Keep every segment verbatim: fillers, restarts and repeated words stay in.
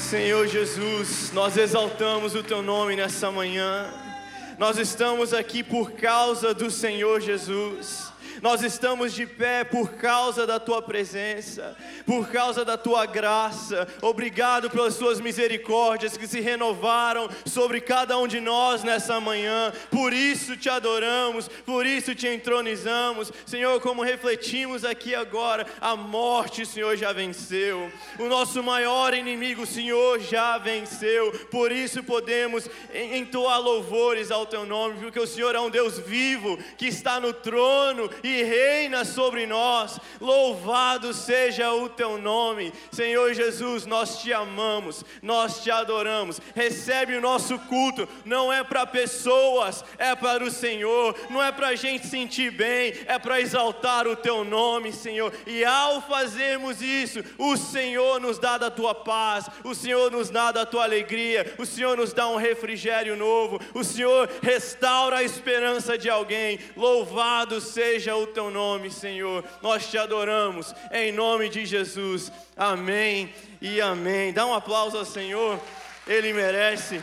Senhor Jesus, nós exaltamos o Teu nome nessa manhã. Nós estamos aqui por causa do Senhor Jesus. Nós estamos de pé por causa da Tua presença, por causa da Tua graça. Obrigado pelas Tuas misericórdias que se renovaram sobre cada um de nós nessa manhã. Por isso Te adoramos, por isso Te entronizamos. Senhor, como refletimos aqui agora, a morte, Senhor, já venceu. O nosso maior inimigo, Senhor, já venceu. Por isso podemos entoar louvores ao Teu nome, porque o Senhor é um Deus vivo, que está no trono e reina sobre nós. Louvado seja o Teu nome. Senhor Jesus, nós Te amamos, nós Te adoramos. Recebe o nosso culto, não é para pessoas, é para o Senhor. Não é para a gente sentir bem, é para exaltar o Teu nome, Senhor. E ao fazermos isso, o Senhor nos dá da Tua paz, o Senhor nos dá da Tua alegria, o Senhor nos dá um refrigério novo, o Senhor restaura a esperança de alguém. Louvado seja o Teu nome, Senhor. Nós Te adoramos, em nome de Jesus. Amém e amém. Dá um aplauso ao Senhor, Ele merece.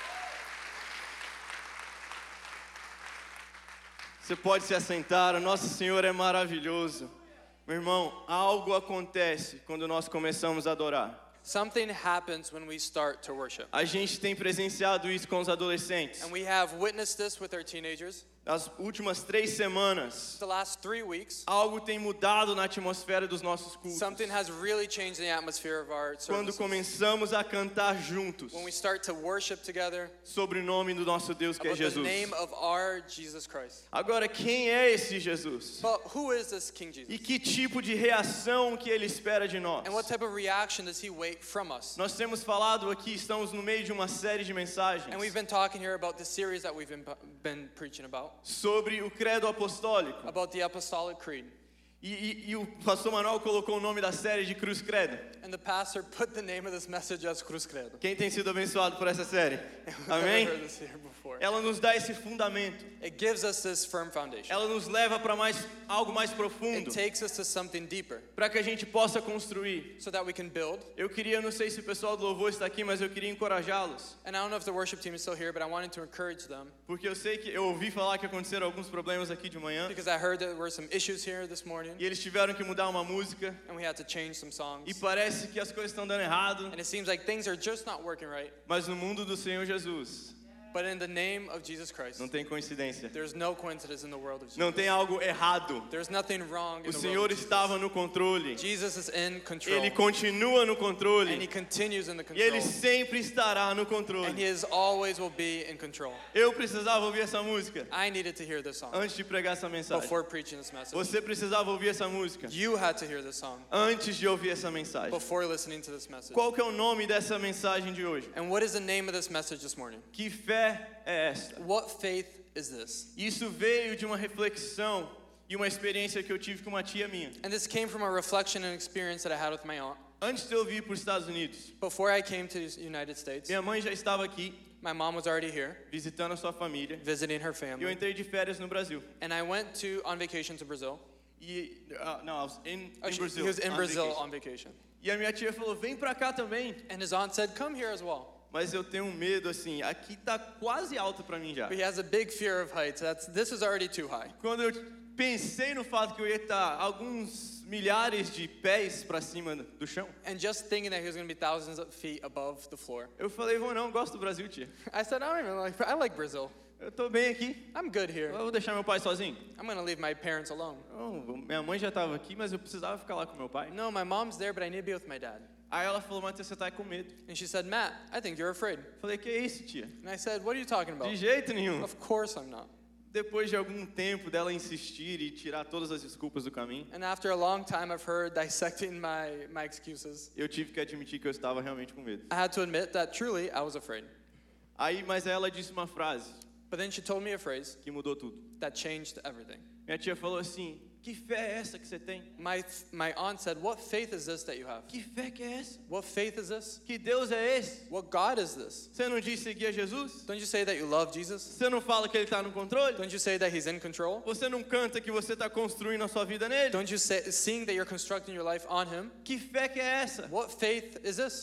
Você pode se assentar, o nosso Senhor é maravilhoso. Meu irmão, algo acontece quando nós começamos a adorar. Something happens when we start to worship. A gente tem presenciado isso com os adolescentes. And we have witnessed this with our teenagers. Nas últimas três semanas, The last three weeks, algo tem mudado na atmosfera dos nossos cultos. something has really changed the atmosphere of our Quando services. começamos a cantar juntos When we start to worship together sobre o nome do nosso Deus que é about the Jesus. name of our Jesus Christ. Agora, quem é esse Jesus? But who is this King Jesus? E que tipo de reação que Ele espera de nós? And what type of reaction does he wait from us? Nós temos falado aqui, estamos no meio de uma série de mensagens And we've been talking here about the series that we've been, been preaching about, sobre o credo apostólico. about the Apostolic Creed. E, e, e o pastor Manuel colocou o nome da série de Cruz Credo. And the pastor put the name of this message as Cruz Credo. Quem tem sido abençoado por essa série? We've Amém? never heard this here before. Ela nos dá esse fundamento. It gives us this firm foundation. Ela nos leva para mais algo mais profundo, It takes us to something deeper para que a gente possa construir. so that we can build. Eu queria, não sei se o pessoal do louvor está aqui, mas eu queria encorajá-los, And I don't know if the worship team is still here, but I wanted to encourage them porque eu sei que eu ouvi falar que aconteceram alguns problemas aqui de manhã because I heard there were some issues here this morning e eles tiveram que mudar uma música and we had to change some songs. e parece que as coisas estão dando errado, And it seems like things are just not working right. mas no mundo do Senhor Jesus But in the name of Jesus Christ, não tem coincidência, there's no coincidence in the world of Jesus. não tem algo errado. There's nothing wrong in O the Senhor world of Jesus. estava no controle, Jesus is in control. Ele continua no And he controle continues in the e control. Ele sempre estará no And controle. he is always will be in control. Eu precisava ouvir essa música I needed to hear this song antes de pregar essa mensagem. before preaching this message. Você precisava ouvir essa música You had to hear this song antes de ouvir essa mensagem. before listening to this message. Qual que é o nome dessa mensagem de hoje? And what is the name of this message this morning? Que fé é esta? What faith is this? Isso veio de uma reflexão e uma experiência que eu tive com uma tia minha. And this came from a reflection and experience that I had with my aunt. Antes de eu vir para os Estados Unidos, Before I came to the United States, minha mãe já estava aqui my mom was already here visitando a sua família visiting her e eu family. entrei de férias no Brasil. And I went to on vacation to Brazil. E uh, não, I was in, Oh, in she- Brazil. he was in on Brazil vacation. on vacation. E a minha tia falou: "Vem para cá também". And his aunt said, "Come here as well." Mas eu tenho um medo assim, aqui tá quase alto para mim já. But he has a big fear of heights. That's this is already too high. Quando eu pensei no fato que eu ia estar alguns milhares de pés para cima do chão, And just thinking that he was going to be thousands of feet above the floor, eu falei: "Vou não, gosto do Brasil, tia. I said, "I don't even like. I like Brazil. Eu tô bem aqui. I'm good here. Eu vou deixar meu pai sozinho". I'm going to leave my parents alone." Não, minha mãe já estava aqui, mas eu precisava ficar lá com meu pai. No, my mom's there, but I need to be with my dad. Aí ela falou: "Matheus, você tá com medo?" And she said, "Matt, I think you're afraid." Eu falei: "Que isso, tia? And I said, "What are you talking about?" De jeito nenhum." Of course I'm not. Depois de algum tempo dela insistir e tirar todas as desculpas do caminho, And after a long time of her dissecting my, my excuses, eu tive que admitir que eu estava realmente com medo. I had to admit that truly I was afraid. Aí, mas ela disse uma frase But then she told me a phrase que mudou tudo. that changed everything. Minha tia falou assim: "Que fé é essa que você tem? My, my aunt said, "What faith is this that you have? Que fé que é essa? What faith is this? Que Deus é esse? What God is this? Você não diz seguir a Jesus? Don't you say that you love Jesus? Você não fala que Ele está no controle? Don't you say that He's in control? Você não canta que você está construindo a sua vida nele? Don't you say, sing that you're constructing your life on Him? Que fé que é essa?" What faith is this?" Meu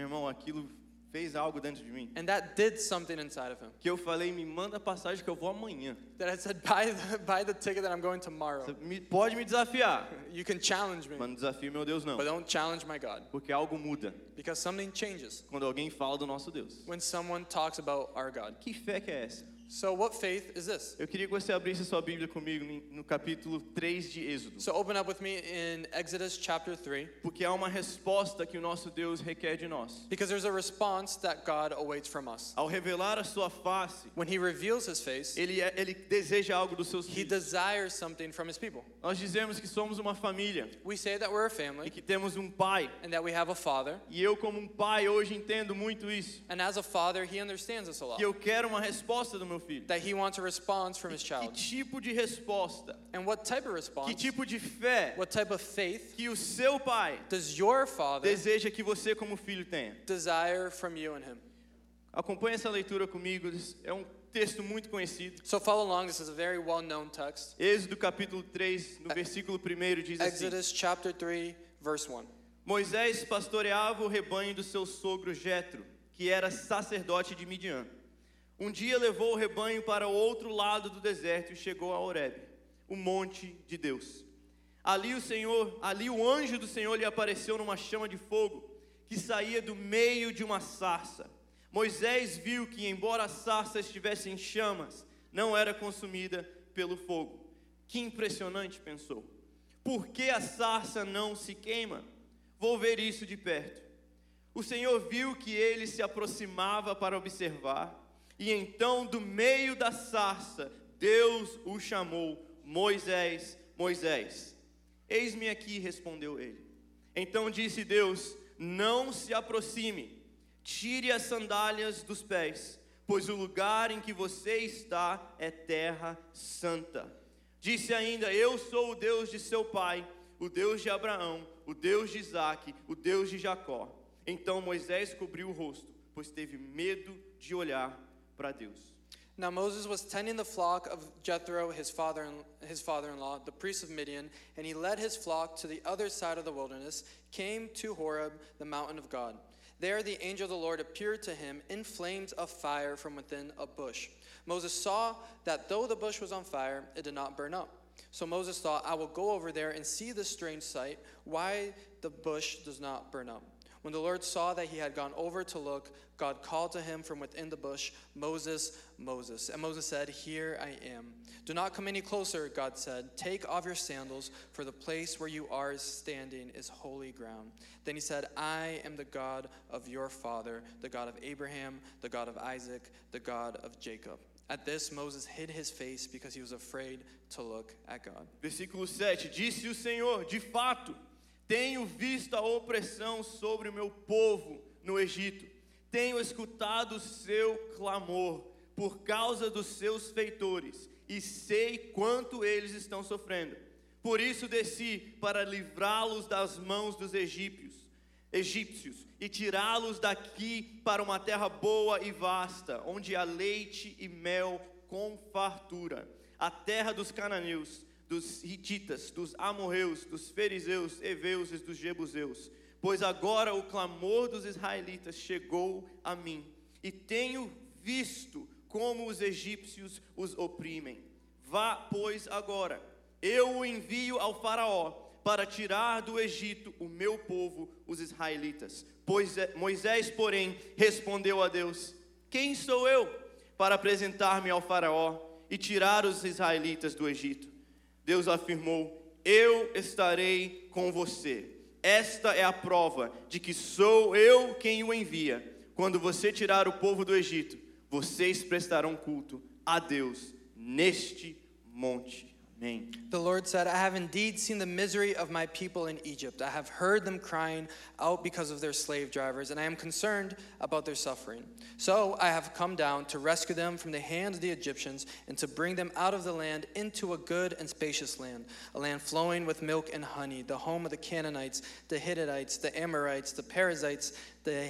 Meu irmão, aquilo fez algo dentro de mim. And that did something inside of him. Que eu falei, me manda a passagem que eu vou amanhã. That I said, buy the, buy the ticket that I'm going tomorrow. Você me, pode me desafiar. You can challenge me, Mas não desafie meu Deus não. but don't challenge my God. Porque algo muda Because something changes quando alguém fala do nosso Deus. when someone talks about our God. Que fé que é essa? So what faith is this? Eu queria que você abrisse a sua Bíblia comigo no capítulo três de Êxodo. So open up with me in Exodus chapter three. Porque há uma resposta que o nosso Deus requer de nós. Because there's a response that God awaits from us. Ao revelar a sua face, When he reveals his face, ele, é, ele deseja algo dos seus he filhos. desires something from his people. Nós dizemos que somos uma família We say that we're a e family que temos um pai. and that we have a father. E eu, como um pai, hoje entendo muito isso. And as a father, he understands us a lot. Que eu quero uma resposta do meu filho. That he wants a response from his Que child. tipo de resposta, And what type of que response, tipo de fé what type of faith que o seu pai does your father deseja que você como filho tenha. desire from you and him? Acompanhe essa leitura comigo, é um texto muito conhecido. So follow along, this is a very well-known text. Êxodo capítulo três, no versículo primeiro diz assim: Exodus chapter three, verse one. Moisés pastoreava o rebanho do seu sogro Jetro, que era sacerdote de Midian. Um dia levou o rebanho para o outro lado do deserto e chegou a Horebe, o monte de Deus. Ali o Senhor, ali o anjo do Senhor lhe apareceu numa chama de fogo que saía do meio de uma sarça. Moisés viu que, embora a sarça estivesse em chamas, não era consumida pelo fogo. Que impressionante, pensou. Por que a sarça não se queima? Vou ver isso de perto. O Senhor viu que ele se aproximava para observar, e então, do meio da sarça, Deus o chamou: Moisés, Moisés. Eis-me aqui, respondeu ele. Então disse Deus: não se aproxime, tire as sandálias dos pés, pois o lugar em que você está é terra santa. Disse ainda: eu sou o Deus de seu pai, o Deus de Abraão, o Deus de Isaque, o Deus de Jacó. Então Moisés cobriu o rosto, pois teve medo de olhar para Deus. Now Moses was tending the flock of Jethro, his father, his father-in-law, the priest of Midian, and he led his flock to the other side of the wilderness, came to Horeb, the mountain of God. There the angel of the Lord appeared to him in flames of fire from within a bush. Moses saw that though the bush was on fire, it did not burn up. So Moses thought, I will go over there and see this strange sight, why the bush does not burn up. When the Lord saw that he had gone over to look, God called to him from within the bush, Moses, Moses. And Moses said, here I am. Do not come any closer, God said. Take off your sandals, for the place where you are standing is holy ground. Then he said, I am the God of your father, the God of Abraham, the God of Isaac, the God of Jacob. At this, Moses hid his face because he was afraid to look at God. Versículo sete, disse o Senhor: de fato, tenho visto a opressão sobre o meu povo no Egito. Tenho escutado o seu clamor por causa dos seus feitores e sei quanto eles estão sofrendo. Por isso desci para livrá-los das mãos dos egípcios, egípcios e tirá-los daqui para uma terra boa e vasta, onde há leite e mel com fartura, a terra dos cananeus, dos hititas, dos amorreus, dos fariseus, heveus e dos jebuseus. Pois agora o clamor dos israelitas chegou a mim, e tenho visto como os egípcios os oprimem. Vá, pois, agora, eu o envio ao faraó, para tirar do Egito o meu povo, os israelitas. Pois Moisés, porém, respondeu a Deus: quem sou eu para apresentar-me ao faraó e tirar os israelitas do Egito? Deus afirmou: eu estarei com você. Esta é a prova de que sou eu quem o envia. Quando você tirar o povo do Egito, vocês prestarão culto a Deus neste monte. Amém. The Lord said, I have indeed seen the misery of my people in Egypt. I have heard them crying out because of their slave drivers, and I am concerned about their suffering. So I have come down to rescue them from the hands of the Egyptians and to bring them out of the land into a good and spacious land, a land flowing with milk and honey, the home of the Canaanites, the Hittites, the Amorites, the Perizzites, the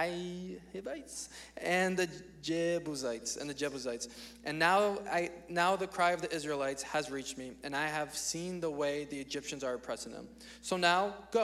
Hivites, and the Jebusites, and the Jebusites. And now I now the cry of the Israelites has reached me, and I have seen the way the Egyptians are oppressing them. So now go,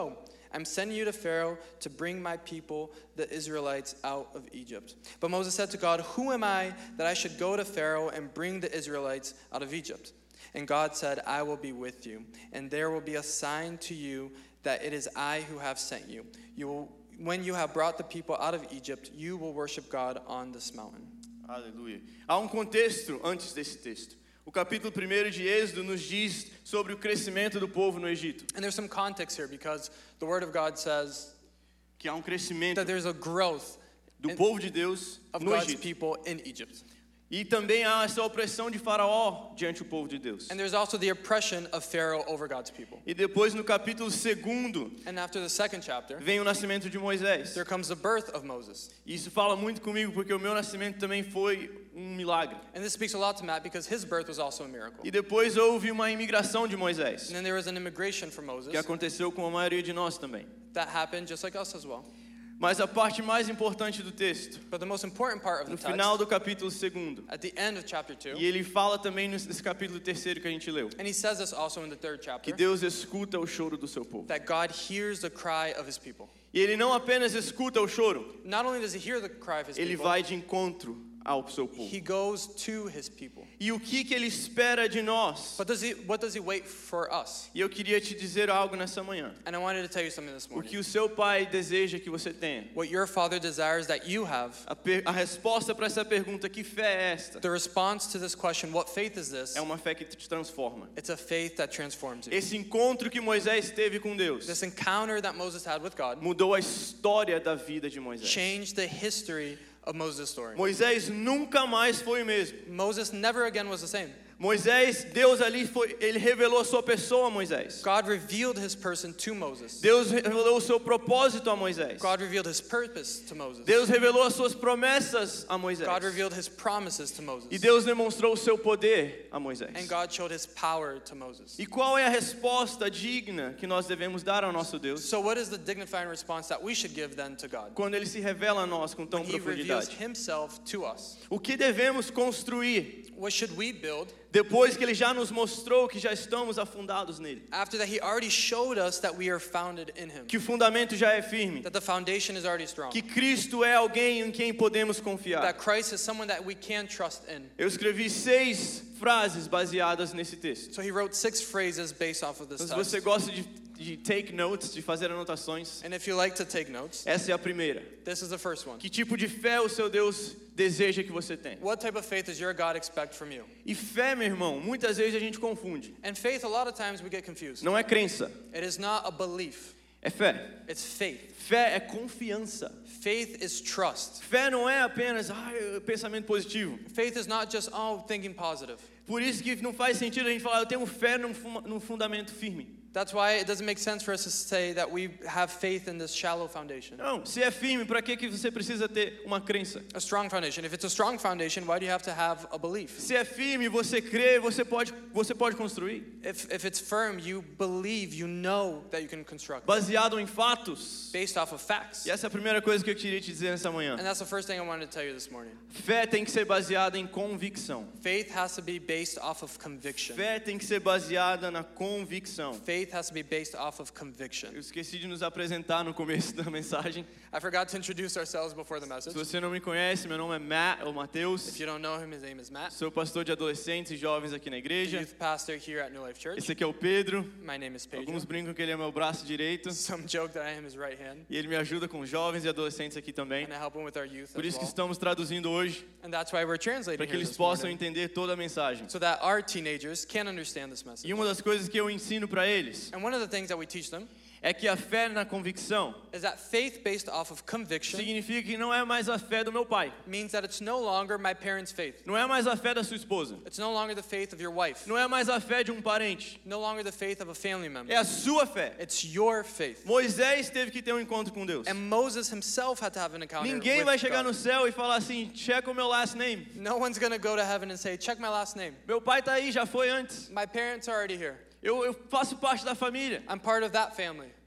I'm sending you to Pharaoh to bring my people, the Israelites, out of Egypt. But Moses said to God, who am I that I should go to Pharaoh and bring the Israelites out of Egypt? And God said, I will be with you, and there will be a sign to you that it is I who have sent you. You will, when you have brought the people out of Egypt, you will worship God on this mountain. Aleluia. Há um contexto antes desse texto. O capítulo primeiro de Êxodo nos diz sobre o crescimento do povo no Egito. And there's some context here because the word of God says Que há um crescimento that there's a growth do in- povo de Deus of no God's Egito. people in Egypt. E também há essa opressão de Faraó diante do povo de Deus. And there's also the oppression of Pharaoh over God's people. E depois no capítulo segundo And after the second chapter, vem o nascimento de Moisés. there comes the birth of Moses. E isso fala muito comigo porque o meu nascimento também foi um milagre. And this speaks a lot to Matt because his birth was also a miracle. E depois houve uma imigração de Moisés, And then there was an immigration for Moses que aconteceu com a maioria de nós também. that happened just like us as well. Mas a parte mais importante do texto, But the most important part of the no text, final do capítulo segundo, at the end of chapter two, e ele fala também nesse capítulo terceiro que a gente leu, and he says this also in the third que chapter, Deus escuta o choro do seu povo. that God hears the cry of his people. E ele não apenas escuta o choro, Not only does he hear the cry of his ele people, vai de encontro ao seu povo. he goes to his people. E o que que ele espera de nós? But does he, what does he wait for us? E eu queria te dizer algo nessa manhã. And I wanted to tell you something this O morning. que o seu pai deseja que você tenha. What your father desires that you have, A, per- a resposta para essa pergunta, que fé é esta? the response to this question, what faith is this? É uma fé que te transforma. It's a faith that transforms you. Esse encontro que Moisés teve com Deus This encounter that Moses had with God mudou a história da vida de Moisés. changed the history of Moses' story. Moisés nunca mais foi o mesmo. Moses never again was the same. Moisés, Deus ali foi, ele revelou a sua pessoa a Moisés. God revealed his person to Moses. Deus revelou o seu propósito a Moisés. God revealed his purpose to Moses. Deus revelou as suas promessas a Moisés. God revealed his promises to E Moses. Deus demonstrou o seu poder a Moisés. And God showed his power to Moses. E qual é a resposta digna que nós devemos dar ao nosso Deus So what is the dignified response that we should give then to God? quando ele se revela a nós com tão When he reveals profundidade? himself to us. O que devemos construir What should we build depois que ele já nos mostrou que já estamos afundados nele? after that he already showed us that we are founded in him? Que o fundamento já é firme, That the foundation is already strong. que Cristo é alguém em quem podemos confiar. That Christ is someone that we can trust in. Eu escrevi seis frases baseadas nesse texto. So he wrote six phrases based off of this Então, se você text. gosta de, de take notes, de fazer anotações, And if you like to take notes, essa é a primeira. this is the first one. Que tipo de fé o seu Deus deseja que você tenha? What type of faith does your God expect from you? E fé, meu irmão, muitas vezes a gente confunde. And faith, a lot of times we get confused. Não é crença, It is not a belief, é fé. it's faith. Fé é confiança. Faith is trust. Fé não é apenas ah, pensamento positivo. Faith is not just, oh, thinking positive. Por isso que não faz sentido a gente falar, eu tenho fé num, fu- num fundamento firme. That's why it doesn't make sense for us to say that we have faith in this shallow foundation. Não, se é firme, para que que você precisa ter uma crença? A strong foundation. If it's a strong foundation, why do you have to have a belief? Se é firme, você crê, você pode, você pode construir. If, if it's firm, you believe, you know that you can construct Baseado em fatos. based off of facts. E essa é a primeira coisa que eu queria te dizer nessa manhã. And that's the first thing I wanted to tell you this morning. Fé tem que ser baseada em convicção. Faith has to be based off of conviction. Fé tem que ser baseada na convicção. Faith has to be based off of conviction. Eu esqueci de nos apresentar no começo da mensagem. I forgot to introduce ourselves before the Se message. você não me conhece, meu nome é Matt, ou Mateus. If you don't know him, his name is Matt. Sou pastor de adolescentes e jovens aqui na The igreja. youth pastor here at New Life Church. Esse aqui é o Pedro. My name is Pedro. Alguns brincam que ele é meu braço direito. Some joke that I am his right hand. E ele me ajuda com jovens e adolescentes aqui também. And I help him with our youth Por as isso que well. estamos traduzindo hoje, And that's why we're translating para que here eles this possam morning, entender toda a mensagem. so that our teenagers can understand this message. E uma das coisas que eu ensino para eles And one of the things that we teach them é que a fé na convicção is that faith based off of conviction significa que não é mais a fé do meu pai, means that it's no longer my parents' faith. não é mais a fé da sua esposa, It's no longer the faith of your wife. não é mais a fé de um parente, No longer the faith of a family member. é a sua fé. It's your faith. Moisés teve que ter um encontro com Deus. And Moses himself had to have an encounter Ninguém with vai chegar God. no céu e falar assim, checa o meu last name. No one's going to go to heaven and say, check my last name. Meu pai tá aí, já foi antes. My parents are already here. Eu, eu faço parte da família. I'm part of that family.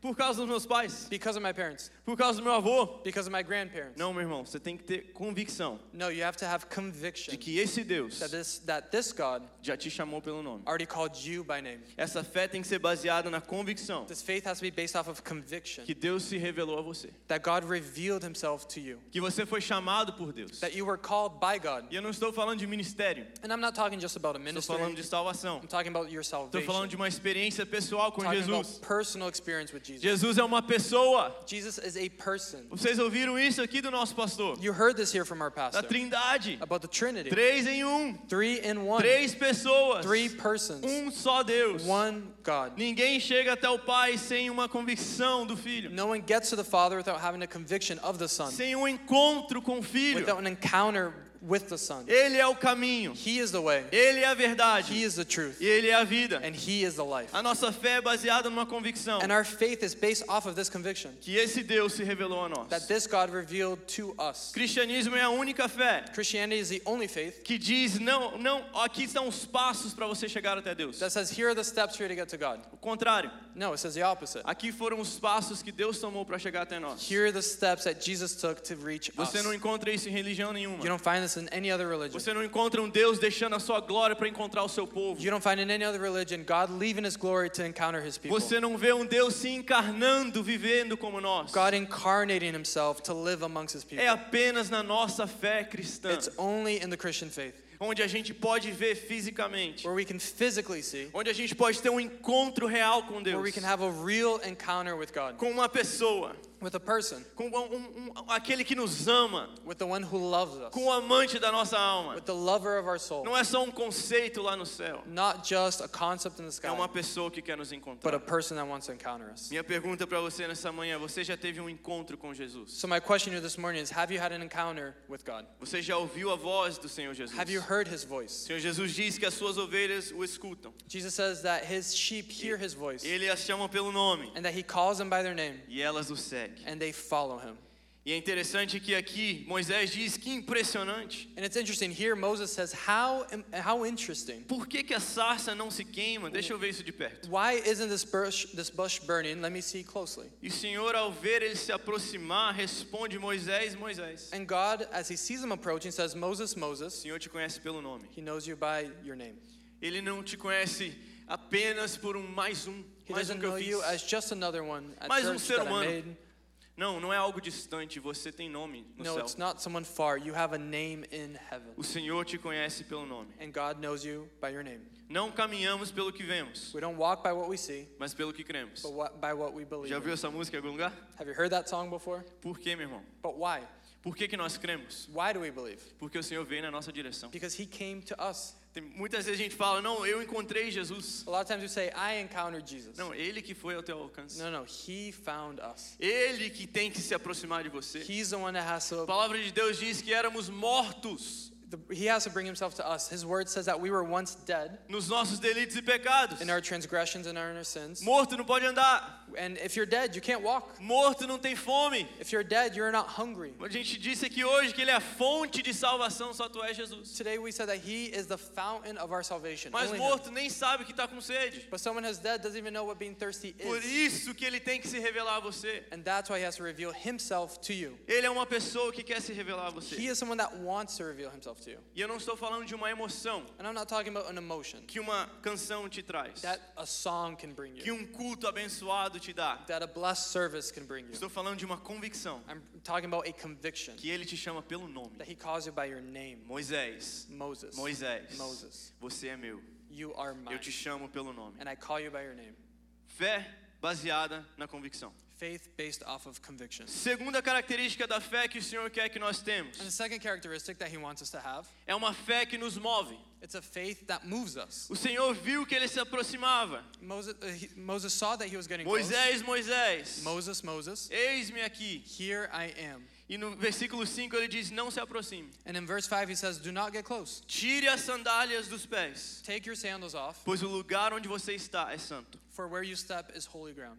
Por causa dos meus pais? Because of my parents? Por causa do meu avô? Because of my grandparents? Não, meu irmão, você tem que ter convicção No, you have to have conviction de que esse Deus that this, that this God já te chamou pelo nome. already called you by name. Essa fé tem que ser baseada na convicção This faith has to be based off of conviction que Deus se revelou a você, that God revealed himself to you, que você foi chamado por Deus. that you were called by God. E eu não estou falando de ministério, And I'm not talking just about a estou ministry. falando de salvação. I'm talking about your Estou salvation. falando de uma experiência pessoal com talking Jesus. about personal experience with Jesus. Jesus é uma pessoa. Jesus is a person. Vocês ouviram isso aqui do nosso pastor? You heard this here from our Da pastor Trindade. about the Trinity. Três em um. Three in one. Três pessoas. Three persons. Um só Deus. One God. Ninguém chega até o Pai sem uma convicção do Filho. No one gets to the Father without having a conviction of the Son, Sem um encontro com o Filho. without an encounter with the Son. Ele é o caminho. He is the way. Ele é a verdade. He is the truth. E Ele é a vida. And He is the life. A nossa fé é baseada numa convicção And our faith is based off of this conviction que esse Deus se revelou a nós. that this God revealed to us. Cristianismo é a única fé Christianity is the only faith que diz não, não, aqui estão os passos para você chegar até Deus. that says, here are the steps for you to get to God. O contrário, No, it says the opposite. aqui foram os passos que Deus tomou para chegar até nós. Here are the steps that Jesus took to reach us. Você não encontra isso em religião nenhuma. You don't find this in any other religion. Você não encontra um Deus deixando a sua glória para encontrar o seu povo. You don't find in any other religion God leaving His glory to encounter His people. Você não vê um Deus se encarnando, vivendo como nós. God incarnating Himself to live amongst His people. É apenas na nossa fé cristã, It's only in the Christian faith onde a gente pode ver fisicamente, where we can physically see, onde a gente pode ter um encontro real com where we Deus, can have a real encounter with God, com uma pessoa, with a person, com um, um, um, aquele que nos ama, with the one who loves us, com o amante da nossa alma. with the lover of our soul. Não é só um conceito lá no céu, Not just a concept in the sky, é uma pessoa que quer nos but a encontrar. person that wants to encounter us. Minha pergunta para você nessa manhã: você já teve um encontro com Jesus? So my question to you this morning is, have you had an encounter with God? Você já ouviu a voz do Senhor Jesus? Have you heard His voice? O Senhor Jesus diz que as suas ovelhas o escutam. Jesus says that His sheep hear His voice Ele as chama pelo nome and that He calls them by their name e elas o seguem. and they follow Him. E é interessante que aqui Moisés diz que impressionante. And it's interesting here Moses says, how how interesting. Por que que a sarça não se queima? Deixa eu ver isso de perto. Why isn't this bush this bush burning? Let me see closely. E o Senhor, ao ver ele se aproximar, responde: Moisés, Moisés, And God, as He sees him approaching, says, Moses, o Moses, Senhor te conhece pelo nome. He knows you by your name. Ele não te conhece apenas por um mais um, He mais um doesn't que eu know fiz. you as just another one at Mais um church ser that I humano. made. Não, não é algo distante, você tem nome no No, céu. it's not someone far. You have a name in heaven. O Senhor te conhece pelo nome. And God knows you by your name. Não caminhamos pelo que vemos, We don't walk by what we see, mas pelo que cremos. but what, by what we believe Já in. viu essa música em algum lugar? Have you heard that song before? Por quê, meu irmão? But why? Por que que nós cremos? Why do we believe? Porque o Senhor veio na nossa direção. Because He came to us. Tem, muitas vezes a gente fala: não, eu encontrei Jesus. A lot of times we say, I encountered Jesus. Não, Ele que foi ao teu alcance. No, no, He found us. Ele que tem que se aproximar de você. He's the one that has A to, palavra de Deus diz que éramos mortos the, He has to bring Himself to us. His word says that we were once dead nos nossos delitos e pecados. in our transgressions and our sins. Morto não pode andar. And if you're dead, you can't walk. Morto não tem fome. If you're dead, you're not hungry. A gente disse aqui hoje que Ele é a fonte de salvação, só tu és Jesus. Today we said that He is the fountain of our salvation. Mas Only morto Him. nem sabe que está com sede. But someone who's dead doesn't even know what being thirsty Por is. isso que Ele tem que se revelar a você. And that's why He has to reveal Himself to you. Ele é uma pessoa que quer se revelar a você. He is someone that wants to reveal Himself to you. E eu não estou falando de uma emoção And I'm not talking about an emotion que uma canção te traz, that a song can bring que you, um culto abençoado te dá. that a blessed service can bring you. Estou falando de uma convicção I'm talking about a conviction que Ele te chama pelo nome. that He calls you by your name. Moisés, Moses. Moisés, Moses. você é meu. You are mine. Eu te chamo pelo nome. And I call you by your name. Fé baseada na convicção. Faith based off of conviction. Segunda característica da fé que o Senhor quer que nós temos And the second characteristic that He wants us to have, é uma fé que nos move. it's a faith that moves us. O Senhor viu que Ele se aproximava. Moses, uh, he, Moses saw that he was getting close. Moisés, Moisés, Moses, Moses, eis-me aqui. here I am. E no versículo cinco ele diz: não se aproxime. And in verse five he says, do not get close. Tire as sandálias dos pés, Take your sandals off, pois o lugar onde você está é santo. for where you step is holy ground.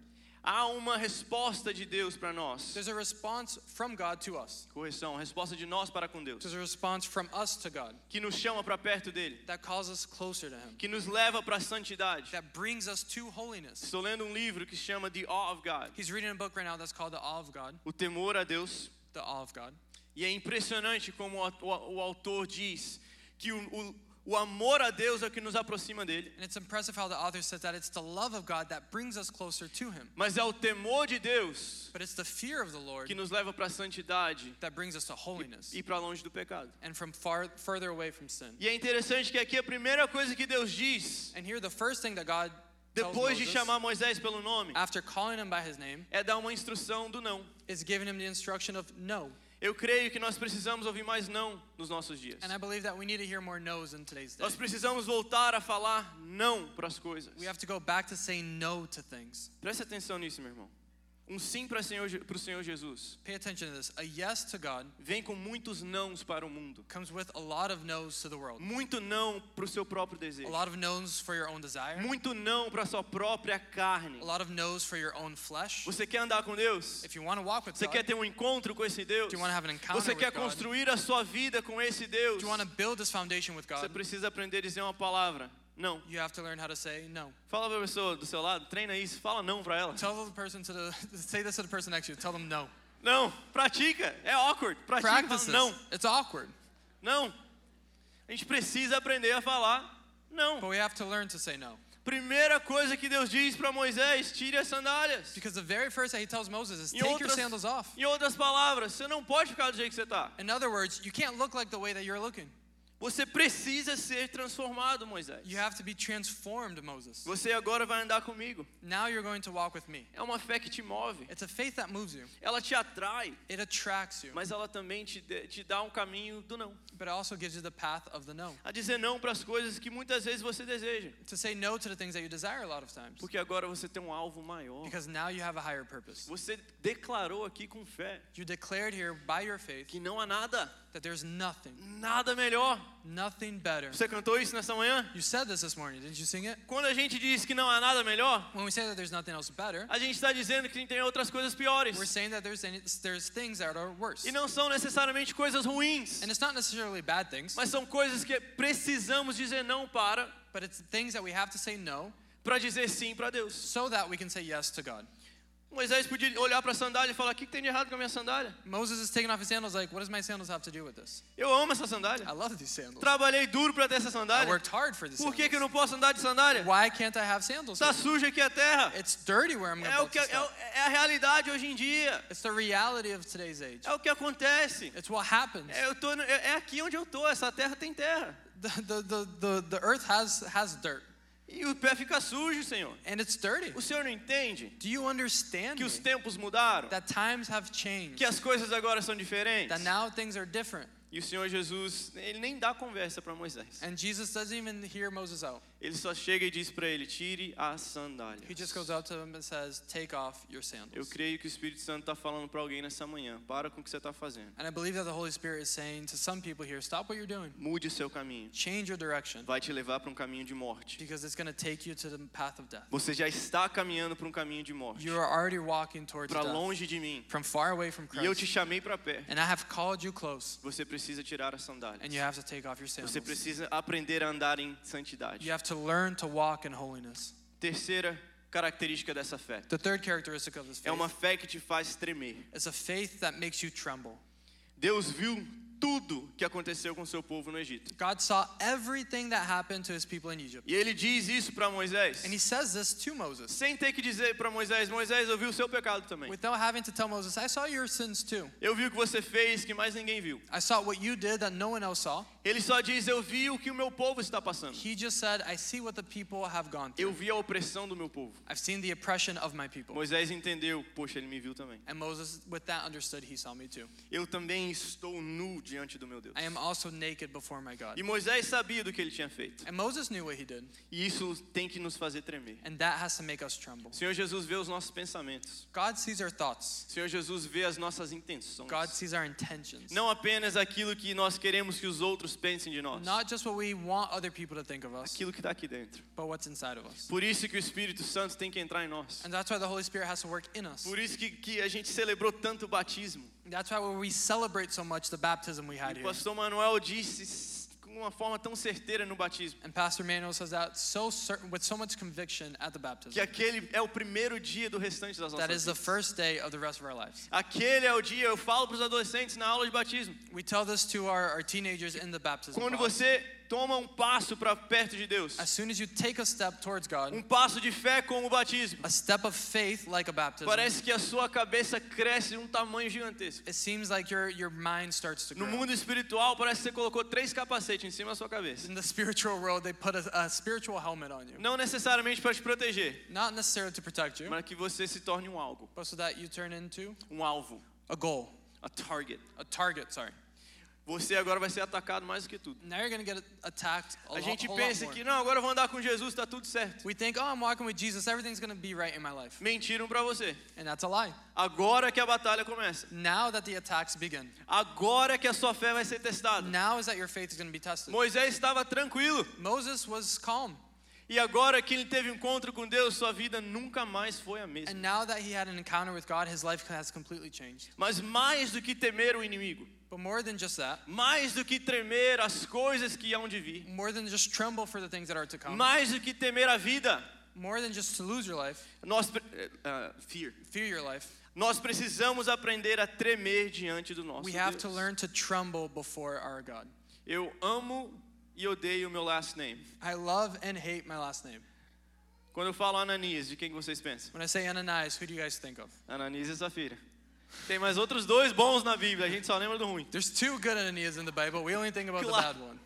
Há uma resposta de Deus para nós. There's a response from God to us. Correção, a resposta de nós para com Deus. There's a response from us to God Que nos chama para perto dele. that calls us closer to Him, Que nos leva para a santidade. that brings us to holiness. Estou lendo um livro que se chama The Awe of God. He's reading a book right now that's called The Awe of God. O temor a Deus. The Awe of God. E é impressionante como o, o, o autor diz que o, o, o amor a Deus é o que nos aproxima dele. And it's impressive how the author says that it's the love of God that brings us closer to Him. Mas é o temor de Deus But it's the fear of the Lord que nos leva para a santidade that brings us to holiness e para longe do pecado. and from far further away from sin. E é interessante que aqui a primeira coisa que Deus diz, And here the first thing that God tells depois de Moses, chamar Moisés pelo nome, after calling him by his name, é dar uma instrução do não. is giving him the instruction of no. Eu creio que nós precisamos ouvir mais não nos nossos dias. And I believe that we need to hear more no's in today's day. Nós precisamos voltar a falar não para as coisas. We have to go back to saying no to things. Preste atenção nisso, meu irmão. Um sim para o Senhor, para o Senhor Jesus Pay attention to this. A yes to God vem com muitos nãos para o mundo. comes with a lot of no's to the world. Muito não para o seu próprio A desejo. lot of no's for your own desire. Muito não para a sua própria carne. A lot of no's for your own flesh. Você quer andar com Deus? If you want to walk with Você God, quer ter um encontro com esse Deus? do you want to have an encounter Você with quer God? construir a sua vida com esse Deus? Do you want to build this foundation with Você God? precisa aprender a dizer uma palavra. Não. You have to learn how to say no. Fala para a pessoa do seu lado, treina isso, fala não para ela. Tell the person to the, say this to the person next to you. Tell them no. Não, pratica, é awkward. Pratica, fala Practice não, this. It's awkward, não. A gente precisa aprender a falar não. but we have to learn to say no. Primeira coisa que Deus diz para Moisés, tire as sandálias. Because the very first that He tells Moses is Em take your outras, sandals off. em outras palavras, você não pode ficar do jeito que você está. In other words, you can't look like the way that you're looking. Você precisa ser transformado, Moisés. You have to be transformed, Moses. Você agora vai andar comigo. Now you're going to walk with me. É uma fé que te move. It's a faith that moves you. Ela te atrai, It attracts you, mas ela também te, te dá um caminho do não. but it also gives you the path of the no. A dizer não para as coisas que muitas vezes você deseja. To say no to the things that you desire a lot of times. Porque agora você tem um alvo maior. Because now you have a higher purpose. Você declarou aqui com fé You declared here by your faith que não há nada, that there's nothing, nada melhor. nothing better. Você cantou isso nessa manhã? You said this this morning, didn't you sing it? Quando a gente diz que não há nada melhor, When we say that there's nothing else better, a gente está dizendo que tem outras coisas piores. we're saying that there's any, there's things that are worse. E não são necessariamente coisas ruins, And it's not necessarily bad things, mas são coisas que precisamos dizer não para, but it's things that we have to say no para dizer sim para Deus. so that we can say yes to God. Moisés podia olhar para a sandália e falar: o que, que tem de errado com a minha sandália? Moses is taking off his sandals like, what does my sandals have to do with this? Eu amo essa sandália. I love these sandals. Trabalhei duro para ter essa I sandália. worked hard for these Por que, que eu sandals. não posso andar de sandália? Why can't I have sandals? Está here? suja aqui a terra. It's dirty where I'm going É, o to que, build é, this o- é a realidade hoje em dia. It's the reality of today's age. É o que acontece. It's what happens. É, eu tô, no- é é aqui onde eu estou. Essa terra tem terra. The, the, the, the, the earth has, has dirt, E o pé fica sujo, Senhor. and it's dirty. O Senhor não entende Do you understand que me? os tempos mudaram? That times have changed, Que as coisas agora são diferentes? that now things are different. E o Senhor Jesus, ele nem dá conversa para Moisés. And Jesus doesn't even hear Moses out. Ele só chega e diz para ele: tire as sandálias. He just goes out to him and says, take off your Eu sandals. creio que o Espírito Santo está falando para alguém nessa manhã: para com o que você está fazendo. And I believe that the Holy Spirit is saying to some people here, stop what you're doing. Mude o seu caminho. Change your direction, Vai te levar para um caminho de morte. because it's going to take you to the path of death. Você já está caminhando para um caminho de morte. You are already walking towards Para death, longe de mim. from far away from E eu te Christ. chamei para perto. And I have called you close, Você precisa tirar as sandálias. and you have to take off your Você sandals. precisa aprender a andar em santidade. You have to learn to walk in holiness. Terceira característica dessa fé. The third characteristic of this É faith uma fé que te faz tremer. is a faith that makes you tremble. Deus viu tudo que aconteceu com o seu povo no Egito. God saw everything that happened to his people in Egypt. E ele diz isso para Moisés, And he says this to Moses, sem ter que dizer para Moisés: Moisés, eu vi o seu pecado também. without having to tell Moses, I saw your sins too. Eu vi o que você fez que mais ninguém viu. I saw what you did that no one else saw. Ele só diz: eu vi o que o meu povo está passando. He just said, I see what the people have gone Eu through. vi a opressão do meu povo. I've seen the oppression of my people. Moisés entendeu: poxa, ele me viu também. And Moses, with that, understood he saw me too. Eu também estou nu diante do meu Deus. I am also naked before my God. E Moisés sabia do que ele tinha feito. And Moses knew what he did. E isso tem que nos fazer tremer. And that has to make us tremble. O Senhor Jesus vê os nossos pensamentos. God sees our thoughts. O Senhor Jesus vê as nossas intenções. God sees our intentions. Não apenas aquilo que nós queremos que os outros pensem de nós. Not just what we want other people to think of us, Aquilo que está aqui dentro. but what's inside of us. Por isso que o Espírito Santo tem que entrar em nós. And that's why the Holy Spirit has to work in us. Por isso que, que a gente celebrou tanto o batismo. That's why we celebrate so much the baptism we had O here. pastor Manuel disse com uma forma tão certeira no batismo And Pastor Manuel says that so certain, with so much conviction at the que baptism. aquele é o primeiro dia do restante das That nossas is the vidas. first day of the rest of our lives. Aquele é o dia, eu falo para os adolescentes na aula de batismo. We tell this to our, our teenagers in the baptism Quando class. você toma um passo para perto de Deus, As soon as you take a step towards God, um passo de fé como o batismo, a step of faith like a baptism, parece que a sua cabeça cresce um tamanho gigantesco. it seems like your, your mind starts to No grow. mundo espiritual, parece que você colocou três capacetes em cima da sua cabeça. In the spiritual world, they put a, a spiritual helmet on you. Não necessariamente para te proteger, Not necessarily to protect you, mas que você se torne um algo, but so that you turn into um alvo, a goal, a target. a target, sorry. Você agora vai ser atacado mais do que tudo. Now you're going to get attacked a, A lo- gente whole lot pensa more. que não, agora eu vou andar com Jesus, está tudo certo. We think, oh, I'm walking with Jesus, everything's going to be right in my life. Mentiram para você. And that's a lie. Agora que a batalha começa. Now that the attacks begin, Agora que a sua fé vai ser testada. now is that your faith is going to be tested. Moisés estava tranquilo. Moses was calm. E agora que ele teve um encontro com Deus, sua vida nunca mais foi a mesma. And now that he had an encounter with God, his life has completely changed. Mas mais do que temer o inimigo, But more than just that, mais do que temer as coisas que hão de vir, more than just tremble for the things that are to come, mais do que temer a vida, more than just to lose your life, nós pre- uh, fear. fear your life, Nós precisamos aprender a tremer diante do nosso we have Deus. to learn to tremble before our God. Eu amo e odeio o meu last name. I love and hate my last name. Quando eu falo Ananias, de quem que vocês pensam? When I say Ananias, who do you guys think of? Ananias e Safira. Tem mais outros dois bons na Bíblia, a gente só lembra do ruim. There's two good Ananias in the Bible. We only think about the Claro. bad one.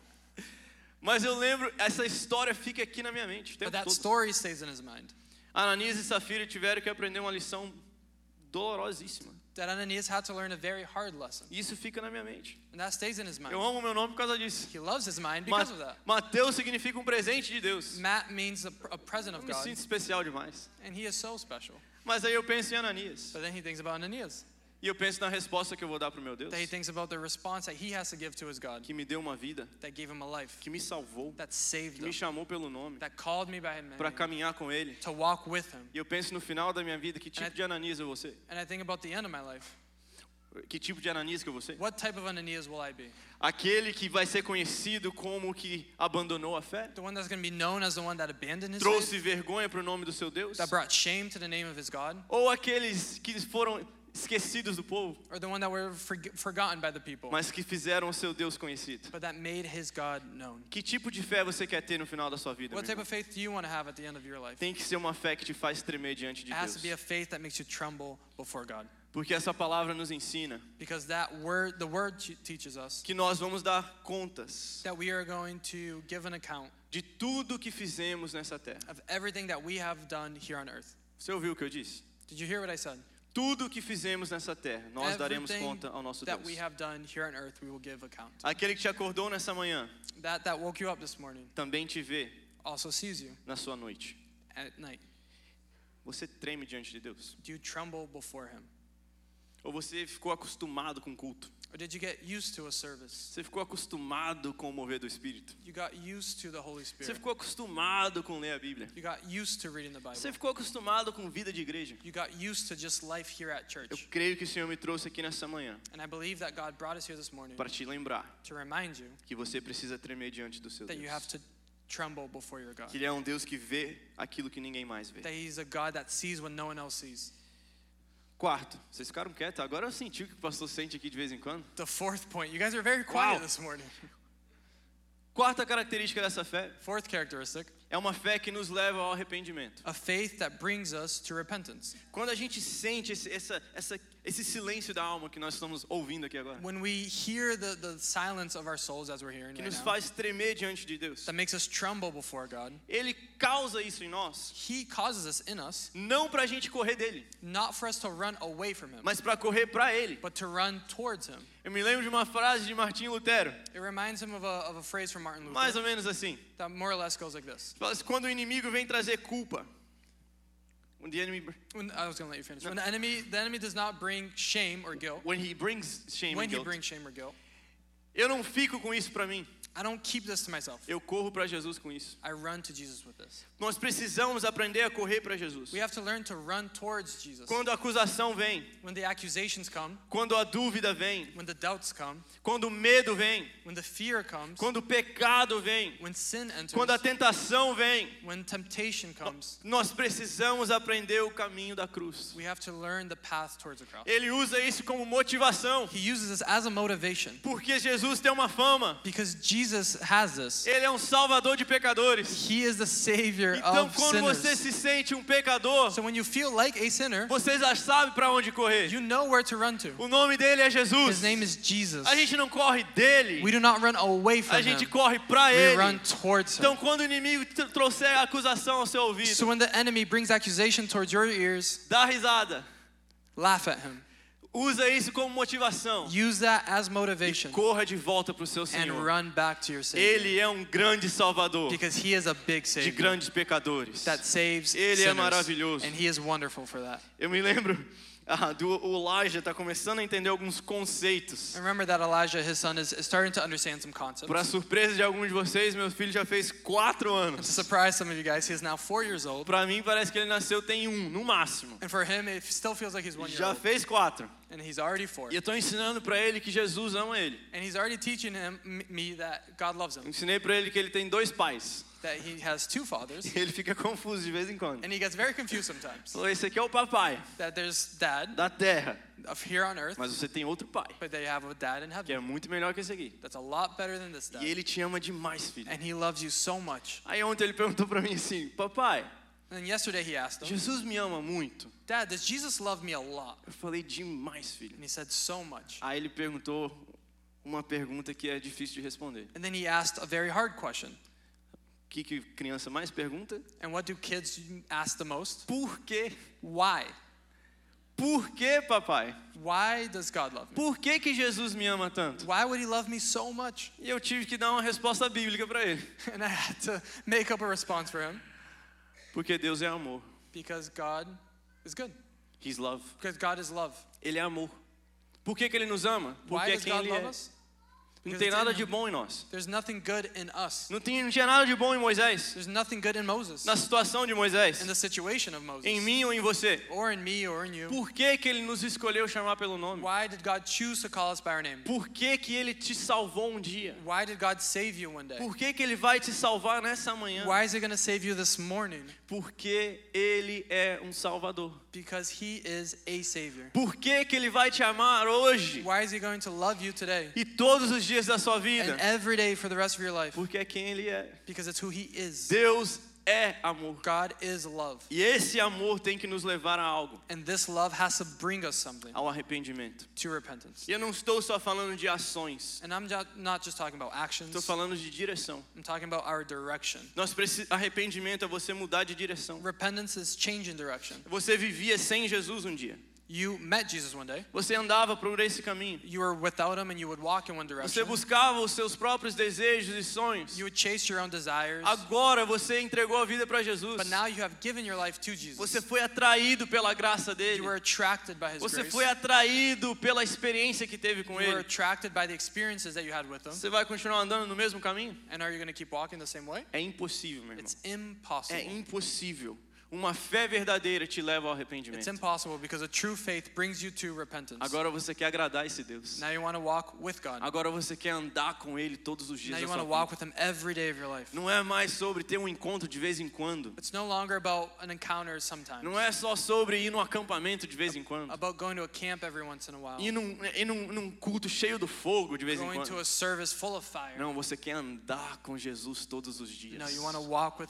Mas eu lembro, essa história fica aqui na minha mente o But tempo that todo. story stays in his mind. Ananias e Safira tiveram que aprender uma lição dolorosíssima. That Ananias had to learn a very hard lesson. E isso fica na minha mente. And that stays in his mind. Eu amo meu nome por causa disso. He loves his mind Ma- because of that. Mateus significa um presente de Deus. Matt means a, a present Eu of me God. sinto especial demais. And he is so special. Mas aí eu penso em Ananias. But then he thinks about Ananias. E eu penso na resposta que eu vou dar para o meu Deus. That he thinks about the response that he has to give to his God. Que me deu uma vida, That gave him a life. que me salvou, That saved que me him. chamou pelo nome, That called me by his para name. caminhar com Ele. To walk with him. E eu penso no final da minha vida, que tipo And I- de Ananias eu vou ser? And I think about the end of my life. Que tipo de Ananias que eu vou ser? What type of Ananias will I be? Aquele que vai ser conhecido como que abandonou a fé? The one that's going to be known as the one that abandoned his faith? Trouxe vergonha para o nome do seu Deus? That brought shame to the name of his God? Ou aqueles que foram esquecidos do povo, Or the one that were forg- forgotten by the people, mas que fizeram o seu Deus conhecido? but that made his God known? Que tipo de fé você quer ter no final da sua vida, What meu type irmão? of faith do you want to have at the end of your life? Tem que ser uma fé que te faz tremer diante de It has Deus. to be a faith that makes you tremble before God. Porque essa palavra nos ensina Because that word, the word te- teaches us que nós vamos dar contas that we are going to give an account de tudo que fizemos nessa terra. of everything that we have done here on earth. Você ouviu o que eu disse? Did you hear what I said? Tudo que fizemos nessa terra, nós daremos Everything conta ao nosso that Deus. we have done here on earth, we will give account. Aquele que te acordou nessa manhã That that woke you up this morning também te vê also sees you na sua noite. at night. Você treme diante de Deus? Do you tremble before him? Ou você ficou acostumado com o culto? Or did you get used to a service? Você ficou acostumado com o mover do Espírito? You got used to the Holy Você Spirit. ficou acostumado com ler a Bíblia? You got used to reading the Bible. Você ficou acostumado com vida de igreja? You got used to just life here at Eu church. creio que o Senhor me trouxe aqui nessa manhã And I believe that God brought us here this morning para te lembrar to remind you que você precisa tremer diante do seu that you have Deus. to tremble before your God. Que Ele é um Deus que vê aquilo que ninguém mais vê. That he's a God that sees when no one else sees. Quarto, vocês ficaram quietos? Agora eu senti o que o pastor sente aqui de vez em quando. The fourth point. You guys are very quiet Wow. this morning. Quarta característica dessa fé Fourth characteristic, é uma fé que nos leva ao arrependimento. a faith that brings us to repentance. Quando a gente sente esse, essa, essa, esse silêncio da alma que nós estamos ouvindo aqui agora, when we hear the, the silence of our souls as we're hearing que right nos now, faz tremer diante de Deus, that makes us tremble before God, Ele causa isso em nós, He causes this in us, não para a gente correr dele, not for us to run away from Him, mas para correr para Ele. but to run towards Him. Eu me lembro de uma frase de Martinho Lutero, It reminds him of a, of a phrase from Martin mais Luther ou menos assim. that more or less goes like this. Fala assim, quando o inimigo vem trazer culpa, when the enemy, When, I was going to let you finish. When the enemy, the enemy does not bring shame or guilt, when he brings shame when and he guilt, brings shame or guilt, eu não fico com isso para mim. I don't keep this to myself. Eu corro para Jesus com isso. I run to Jesus with this. Nós precisamos aprender a correr para Jesus. We have to learn to run towards Jesus. Quando a acusação vem, When the accusations come, quando a dúvida vem, when the doubts come, quando o medo vem, when the fear comes, quando o pecado vem, when sin enters, quando a tentação vem, when temptation comes, nós precisamos aprender o caminho da cruz. we have to learn the path towards the cross. Ele usa isso como motivação, He uses this as a motivation porque Jesus tem uma fama. because Jesus has this. Ele é um salvador de pecadores. He is the savior Então, of quando você sinners. se sente um pecador, So when you feel like a sinner, você já sabe para onde correr. you know where to run to. O nome dele é Jesus. His name is Jesus. A gente não corre dele, We do not run away from a gente him. corre para We run ele. towards him. Então, quando o inimigo tr- trouxer a acusação ao seu So ouvido, when the enemy brings accusation towards your ears, dá risada. laugh at him. Usa isso como motivação. Use that as motivation Corra de volta para o seu and Senhor. run back to your Savior. Ele é um grande salvador Because he is a big de Savior grandes pecadores. that saves Ele é sinners. maravilhoso. And he is wonderful for that. Eu me lembro ah, do o Elijah está começando a entender alguns conceitos. I remember that Elijah, his son, is, is starting to understand some Para concepts. surpresa de alguns de vocês, meu filho já fez quatro To anos. surprise some of you guys, he is now four years old. Para mim parece que ele nasceu tem um, no máximo. And for him, it still feels like he's one year Já old. fez quatro. And he's already four. E eu estou ensinando para ele que Jesus ama ele. And he's already teaching him, m- me that God loves him. Ensinei para ele que ele tem dois pais. That he has two fathers. E ele fica confuso de vez em quando. And he gets very confused sometimes. Falou, esse aqui é o papai That there's dad da terra, of here on earth, mas você tem outro pai, but they have a dad in que heaven. é muito melhor que esse aqui. That's a lot better than this dad. E ele te ama demais, filho. And he loves you so much. Aí ontem ele perguntou para mim assim, papai, And then yesterday he asked him, Jesus me ama muito? Dad, does Jesus love me a lot? Eu falei, demais, filho. And he said, so much. Aí ele perguntou uma pergunta que é difícil de responder. And then he asked a very hard question. O que, que criança mais pergunta? And what do kids ask the most? Por quê? Why? Por quê, papai? Why does God love me? Por que, que Jesus me ama tanto? Why would he love me so much? E eu tive que dar uma resposta bíblica para ele. And I had to make up a response for him. Porque Deus é amor. Because God is good. He's love. Because God is love. Ele é amor. Por que, que ele nos ama? Why Porque é does quem God ele love é. us? Não Because tem it's in nada de him. bom em nós. There's nothing good in us. Não tinha, não tinha nada de bom em Moisés. There's nothing good in Moses. Na situação de Moisés. In the situation of Moses. Em mim ou em você. Or in me or in you. Por que, que ele nos escolheu chamar pelo nome? Why did God choose to call us by our name? Por que, que ele te salvou um dia? Why did God save you one day? Por que, que ele vai te salvar nessa manhã? Why is he going to save you this morning? Porque ele é um salvador. Because he is a savior. Por que, que ele vai te amar hoje Why is he going to love you today? e todos os dias da sua vida? And every day for the rest of your life? Porque é quem ele é. Because it's who he is. Deus é amor. God is love. E esse amor tem que nos levar a algo, And this love has to bring us something, ao arrependimento. to repentance. E eu não estou só falando de ações. And I'm not, not just talking about actions. Estou falando de direção. I'm talking about our direction. Nós preci- arrependimento é você mudar de direção. Repentance is changing direction. Você vivia sem Jesus um dia. You met Jesus one day. Você andava por esse caminho. You were without him and you would walk in one Você direction. buscava os seus próprios desejos e sonhos. You would chase your own desires. Agora você entregou a vida para Jesus. But now you have given your life to Jesus. Você foi atraído pela graça dele. You were attracted by his Você grace. foi atraído pela experiência que teve com You were ele. attracted by the experiences that you had with him. Você vai continuar andando no mesmo caminho? And are you going to keep walking the same way? É impossível, meu irmão. It's impossible. É impossível. Uma fé verdadeira te leva ao It's arrependimento. impossible because a true faith brings you to repentance. Agora você quer agradar esse Deus. Now you want to walk with God. Agora você quer andar com ele todos os dias Now da you sua want to vida. walk with him every day of your life. Não é mais sobre ter um encontro de vez em quando. It's no longer about an encounter sometimes. Não é só sobre ir num acampamento de vez em quando. About going to a camp every once in a while. Ir num, ir num, num culto cheio do fogo de vez em Going to quando. a service full of fire. Não, você quer andar com Jesus todos os dias. No, you want to walk with him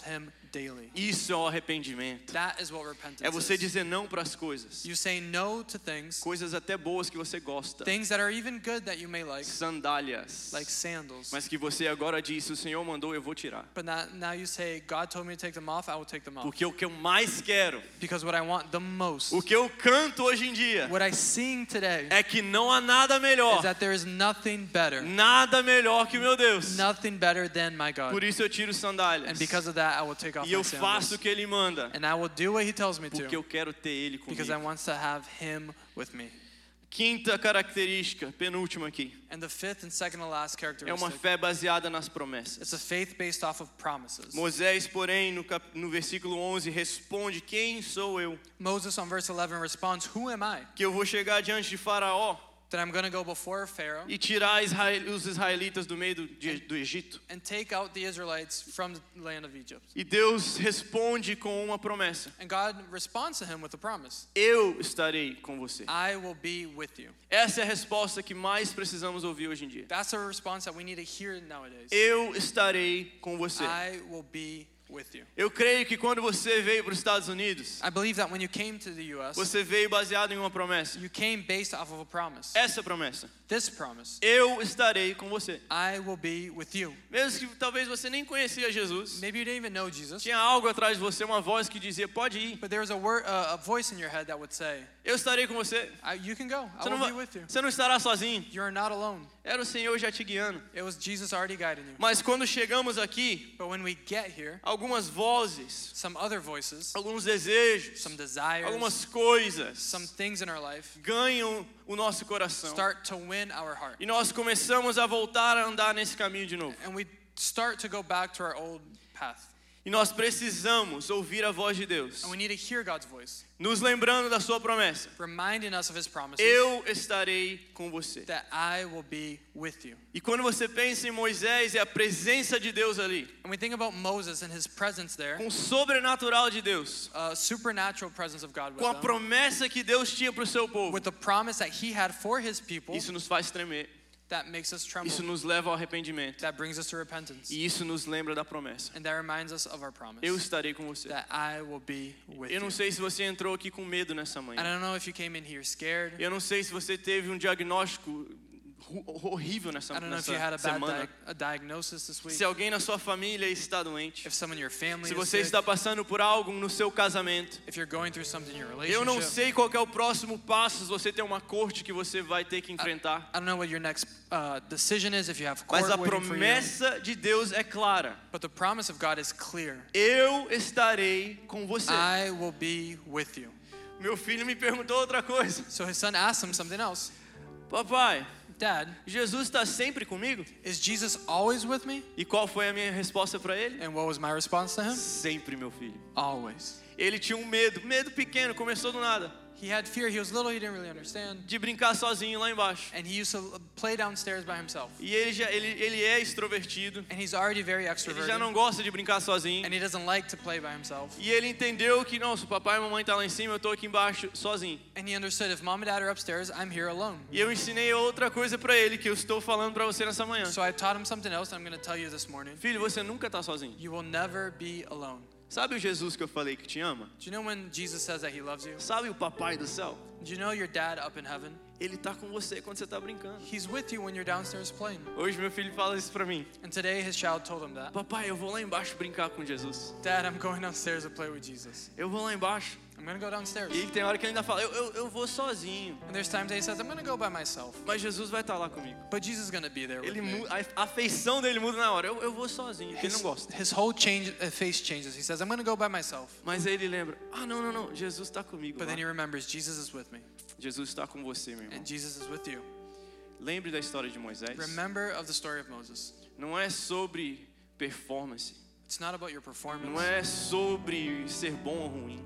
daily. Isso é o arrependimento. That is what repentance É você is. dizer não para as coisas. You say no to things, Coisas até boas que você gosta. things that are even good that you may like, Sandálias. like sandals. Mas que você agora diz, se o Senhor mandou, eu vou tirar. But now, now you say, God told me to take them off, I will take them off. Porque o que eu mais quero, Because what I want the most, o que eu canto hoje em dia, what I sing today, é que não há nada melhor, is that there is nothing better, nada melhor que o meu Deus. nothing better than my God. Por isso eu tiro sandálias. And because of that, I will take off E my eu faço sandals. o que Ele manda, And I will do what He tells me porque to, eu quero ter Ele because I comigo. want to have Him with me. Quinta característica, penúltima aqui, And the fifth and second to last é uma characteristic, fé baseada nas it's promessas. a faith based off of promises. Moisés, porém, no, cap... no versículo onze, responde: quem sou eu? Moses on verse eleven responds, who am I? Que eu vou chegar diante de Faraó That I'm going to go before Pharaoh e tirar Israel... os israelitas do meio do, de... do Egito? and take out the Israelites from the land of Egypt. E Deus responde com uma promessa: And God responds to him with a promise. eu estarei com você. I will be with you. Essa é a resposta que mais precisamos ouvir hoje em dia. That's a response that we need to hear nowadays. Eu estarei com você. I will be with you. Eu creio que quando você veio para os Estados Unidos, I believe that when you came to the U S, você veio baseado em uma promessa. you came based off of a promise. Essa promessa: This promise, eu estarei com você. I will be with you. Mesmo que talvez você nem conhecia Jesus, Maybe you didn't even know Jesus, tinha algo atrás de você, uma voz que dizia: pode ir, but there was a word, uh, a voice in your head that would say, eu estarei com você. I, you can go. I Você will não, be vai- with you. você não estará sozinho. You're not alone. Era o Senhor já te guiando. It was Jesus already guiding you. Mas quando chegamos aqui, But when we get here, algumas vozes, some other voices, alguns desejos, some desires, algumas coisas some things in our life ganham o nosso coração. start to win our heart. E nós começamos a voltar a andar nesse caminho de novo. And we start to go back to our old path. E nós precisamos ouvir a voz de Deus, And we need to hear God's voice, nos lembrando da sua promessa: reminding us of His promises, eu estarei com você. that I will be with you. E quando você pensa em Moisés, é a presença de Deus ali, And we think about Moses and his presence there, com o sobrenatural de Deus, a supernatural presence of God with com a them, promessa que Deus tinha para o seu povo. with the promise that He had for His people. Isso nos faz tremer, That makes us tremble. isso nos leva ao arrependimento, That brings us to repentance. e isso nos lembra da promessa: And that reminds us of our promise. eu estarei com você. That I will be with Eu não you. sei se você entrou aqui com medo nessa And I manhã. don't know if you came in here scared. Eu não sei se você teve um diagnóstico ru- horrível nessa, I don't know if you had nessa a bad semana. di- a diagnosis this week. Se alguém na sua família está doente, If someone in your family se is você sick. está passando por algo no seu casamento, If you're going through something in your eu não relationship. sei qual que é o próximo passo, se você tem uma corte que você vai ter que enfrentar. I don't know what your next uh, decision is, if you have court Mas a waiting for you. promessa de Deus é clara: But the promise of God is clear. eu estarei com você. I will be with you. Meu filho me perguntou outra coisa: So his son asked him something else. papai, Dad, Jesus está sempre comigo? is Jesus always with me? E qual foi a minha resposta para ele? And what was my response to him? Sempre, meu filho. Always. Ele tinha um medo, medo pequeno, começou do nada, He had fear. He was little. He didn't really understand. de brincar sozinho lá embaixo. And he used to play downstairs by himself. E ele já ele, ele é extrovertido. And he's already very Ele já extroverted. não gosta de brincar sozinho. And he doesn't like to play by himself. E ele entendeu que, não, se o papai e a mamãe estão lá em cima, eu estou aqui embaixo sozinho. And he understood, if mom and dad are upstairs, I'm here alone. E eu ensinei outra coisa para ele que eu estou falando para você nessa manhã. So I taught him something else that I'm going to tell you this morning. Filho, você nunca está sozinho. You will never be alone. Sabe o Jesus que eu falei que te ama? Do you know when Jesus says that He loves you? Sabe o papai do céu? Do you know your dad up in heaven? Ele está com você quando você está brincando. He's with you when you're downstairs playing. Hoje meu filho fala isso para mim: And today his child told him that. papai, eu vou lá embaixo brincar com Jesus. Dad, I'm going downstairs to play with Jesus. Eu vou lá embaixo. I'm going to go downstairs. E ele tem hora que ele ainda fala: eu, eu, eu vou sozinho. And there's times that he says, I'm going to go by myself. Mas Jesus vai estar lá comigo. But Jesus is going to be there with Ele me. mu- a afeição dele muda na hora. Eu, eu vou sozinho, porque ele não His, gosta. his whole change, uh, face changes. He says, I'm going to go by myself. Mas aí ele lembra: ah, não, não, não. Jesus está comigo. But lá. then he remembers, Jesus is with me. Jesus está com você, meu irmão. And Jesus is with you. Lembre da história de Moisés. Remember of the story of Moses. Não é sobre performance. It's not about your performance. Não é sobre ser bom ou ruim.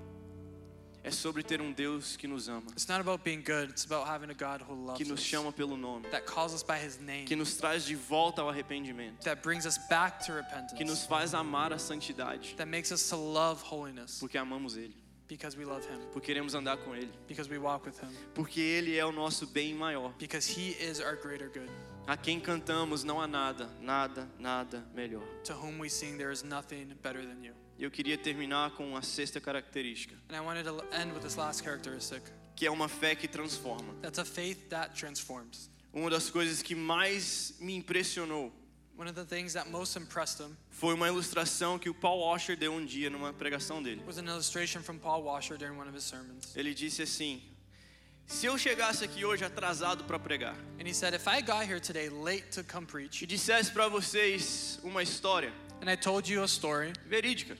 É sobre ter um Deus que nos ama, It's not about being good. It's about having a God who loves que nos us. chama pelo nome, That calls us by His name. que nos traz de volta ao arrependimento, That brings us back to repentance. que nos faz amar a santidade, That makes us to love holiness. porque amamos Ele, Because we love Him. porque queremos andar com Ele, Because we walk with Him. porque Ele é o nosso bem maior. Because He is our greater good. A quem cantamos não há nada, nada, nada melhor. To whom we sing, there is nothing better than you. eu queria terminar com a sexta característica, And I wanted to end with this last characteristic. que é uma fé que transforma. That's a faith that transforms. Uma das coisas que mais me impressionou One of the things that most impressed him foi uma ilustração que o Paul Washer deu um dia numa pregação dele. was an illustration from Paul Washer during one of his sermons. Ele disse assim: se eu chegasse aqui hoje atrasado para pregar And he said, if I got here today late to come e preach, dissesse para vocês uma história and I told you a story, verídica,